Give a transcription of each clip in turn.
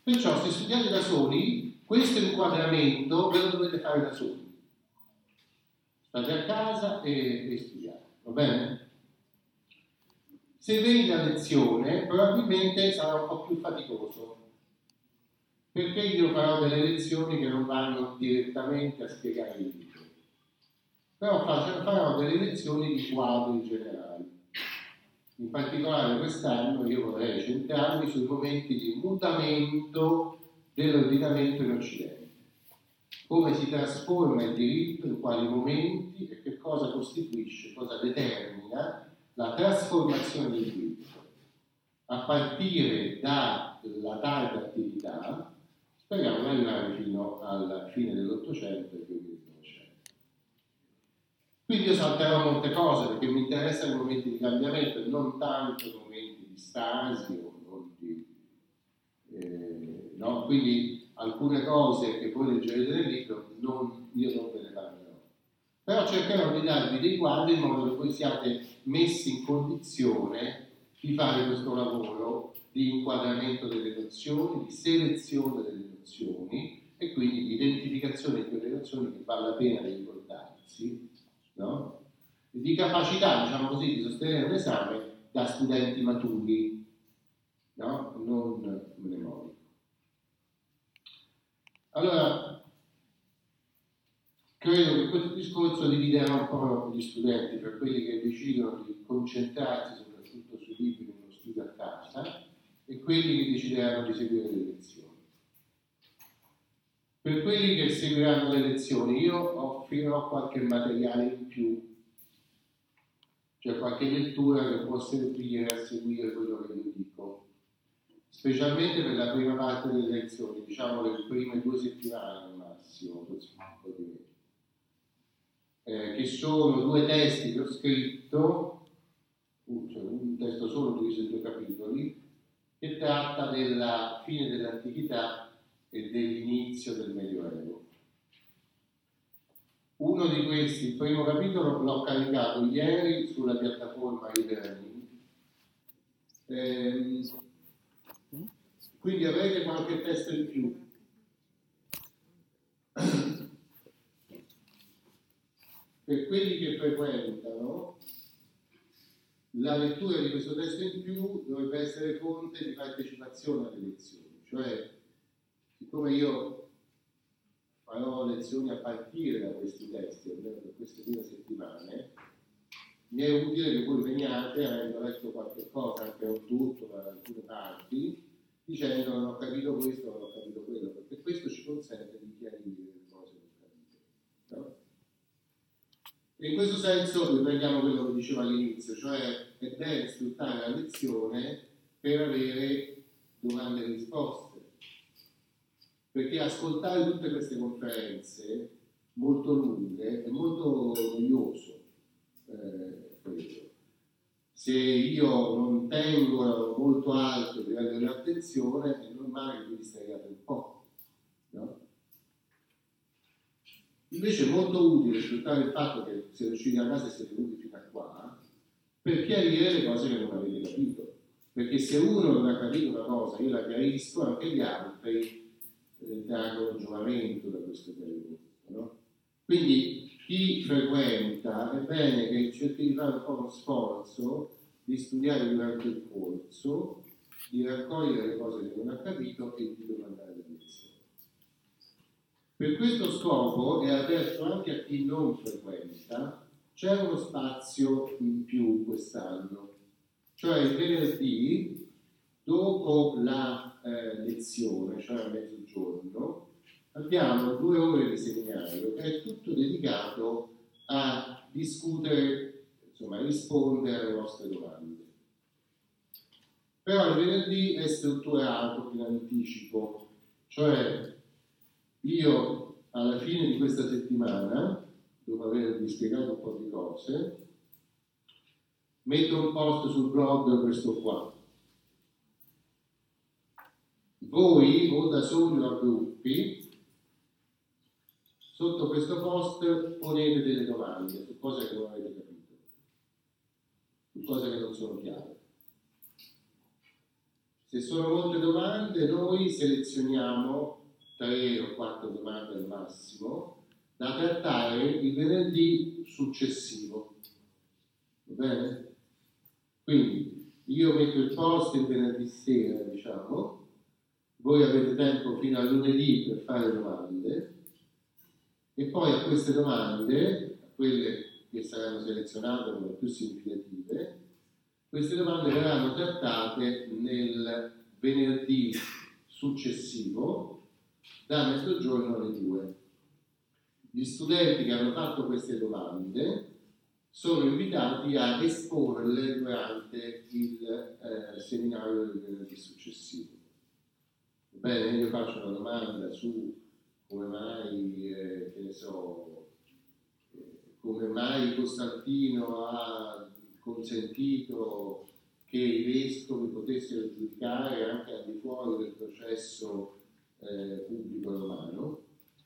Perciò se studiate da soli, questo inquadramento ve lo dovete fare da soli. State a casa e studiate, va bene? Se venite a lezione, probabilmente sarà un po' più faticoso, perché io farò delle lezioni che non vanno direttamente a spiegare il libro, però farò delle lezioni di quadri generali. In particolare quest'anno io vorrei centrarmi sui momenti di mutamento dell'ordinamento in Occidente, come si trasforma il diritto, in quali momenti e che cosa costituisce, cosa determina la trasformazione del diritto, a partire dalla tarda attività, speriamo di arrivare fino alla fine dell'Ottocento e primi del Novecento. Quindi io salterò molte cose perché mi interessano i momenti di cambiamento e non tanto i momenti di stasi o di... no? Quindi alcune cose che voi leggerete nel libro io non ve ne parlerò. Però cercherò di darvi dei quadri in modo che voi siate messi in condizione di fare questo lavoro di inquadramento delle nozioni, di selezione delle nozioni e quindi di identificazione di quelle nozioni che vale la pena di ricordarsi, no? Di capacità, diciamo così, di sostenere un esame da studenti maturi, no? Non mnemonico. Allora, credo che questo discorso dividerà un po' gli studenti per quelli che decidono di concentrarsi soprattutto sui libri nello studio a casa e quelli che decideranno di seguire le lezioni. Per quelli che seguiranno le lezioni io offrirò qualche materiale in più, cioè qualche lettura che può servire a seguire quello che vi dico, specialmente per la prima parte delle lezioni, diciamo le prime 2 settimane al massimo, forse un po' di meno, che sono 2 testi che ho scritto, cioè un testo solo diviso in 2 capitoli, che tratta della fine dell'antichità e dell'inizio del Medioevo. Uno di questi, il primo capitolo, l'ho caricato ieri sulla piattaforma e-learning. Quindi avrete qualche testo in più. Per quelli che frequentano, la lettura di questo testo in più dovrebbe essere fonte di partecipazione alle lezioni, cioè siccome io farò lezioni a partire da questi testi, almeno per queste 2 settimane, mi è utile che voi veniate, avendo letto qualche cosa, anche non tutto, ma alcune parti, dicendo non ho capito questo, non ho capito quello, perché questo ci consente di chiarire le cose che ho capito. No? E in questo senso riprendiamo quello che dicevo all'inizio, cioè è bene sfruttare la lezione per avere domande e risposte. Perché ascoltare tutte queste conferenze molto lunghe è molto noioso, credo. Se io non tengo molto alto il livello dell'attenzione, è normale che vi distraiate un po', no? Invece è molto utile sfruttare il fatto che siete usciti a casa e siete venuti fino a qua per chiarire le cose che non avete capito. Perché se uno non ha capito una cosa, io la chiarisco, anche gli altri traggono giovamento da questo periodo, no? Quindi chi frequenta è bene che cerchi di fare un po' uno sforzo di studiare durante il corso, di raccogliere le cose che non ha capito e di domandare le lezioni. Per questo scopo, è aperto anche a chi non frequenta, c'è uno spazio in più quest'anno, cioè il venerdì dopo la lezione, cioè a mezzogiorno, abbiamo 2 ore di seminario che è tutto dedicato a discutere, insomma, a rispondere alle vostre domande. Però il venerdì è strutturato in anticipo, cioè io alla fine di questa settimana, dopo avervi spiegato un po' di cose, metto un post sul blog questo qua. Voi, o da soli o a gruppi, sotto questo post ponete delle domande su cose che non avete capito, su cose che non sono chiare. Se sono molte domande, noi selezioniamo 3 o 4 domande al massimo da trattare il venerdì successivo. Va bene? Quindi io metto il post il venerdì sera, diciamo, voi avete tempo fino a lunedì per fare domande e poi a queste domande, a quelle che saranno selezionate come più significative, queste domande verranno trattate nel venerdì successivo da mezzogiorno alle 2. Gli studenti che hanno fatto queste domande sono invitati a esporle durante il seminario del venerdì successivo. Va bene? Io faccio una domanda su come mai, che ne so, come mai Costantino ha consentito che i vescovi potessero giudicare anche al di fuori del processo pubblico romano.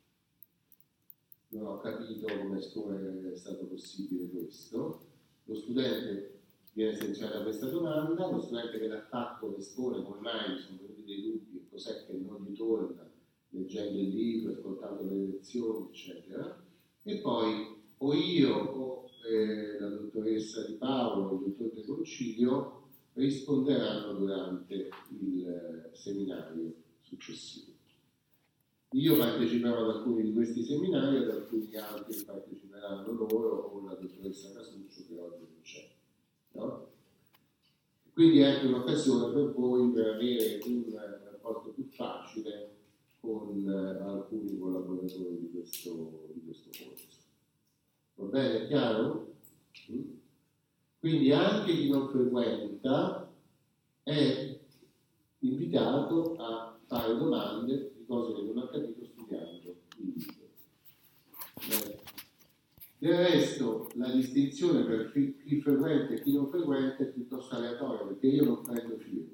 Non ho capito come è stato possibile questo. Lo studente viene selezionato a questa domanda, lo studente che l'ha fatto espone come mai sono venuti dei dubbi e cos'è che non gli torna leggendo il libro, ascoltando le lezioni, eccetera. E poi o io o la dottoressa Di Paolo o il dottor De Concilio risponderanno durante il seminario successivo. Io parteciperò ad alcuni di questi seminari, ad alcuni altri parteciperanno loro o la dottoressa Casuccio che oggi non c'è. No? Quindi è anche un'occasione per voi per avere un rapporto più facile con alcuni collaboratori di questo corso. Va bene? È chiaro? Quindi anche chi non frequenta è invitato a fare domande di cose che non ha capito studiando il libro. Del resto la distinzione per chi frequenta e chi non frequenta è piuttosto aleatoria perché io non prendo firme.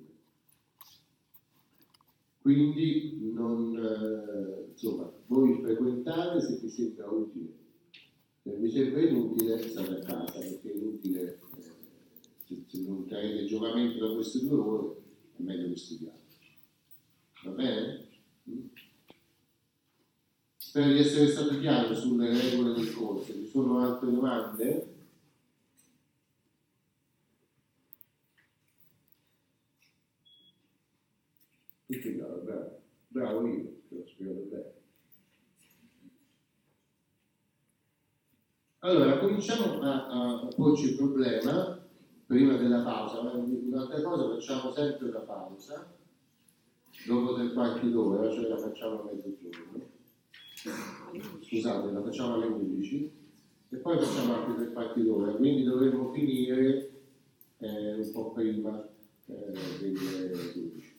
Quindi insomma, voi frequentate se vi sembra utile. Se vi sembra inutile state a casa perché è inutile, se non traete giovamento da queste 2 ore è meglio che studiate. Va bene? Spero di essere stato chiaro sulle regole del corso. Ci sono altre domande? Tutti bravo, bravo io, che l'ho spiegato bene. Allora, cominciamo a porci il problema prima della pausa. Un'altra cosa, facciamo sempre la pausa dopo 3/4 d'ora, cioè la facciamo a mezzogiorno. Scusate, la facciamo alle 11 e poi facciamo altri 3/4 d'ora, quindi dovremmo finire un po' prima delle 12.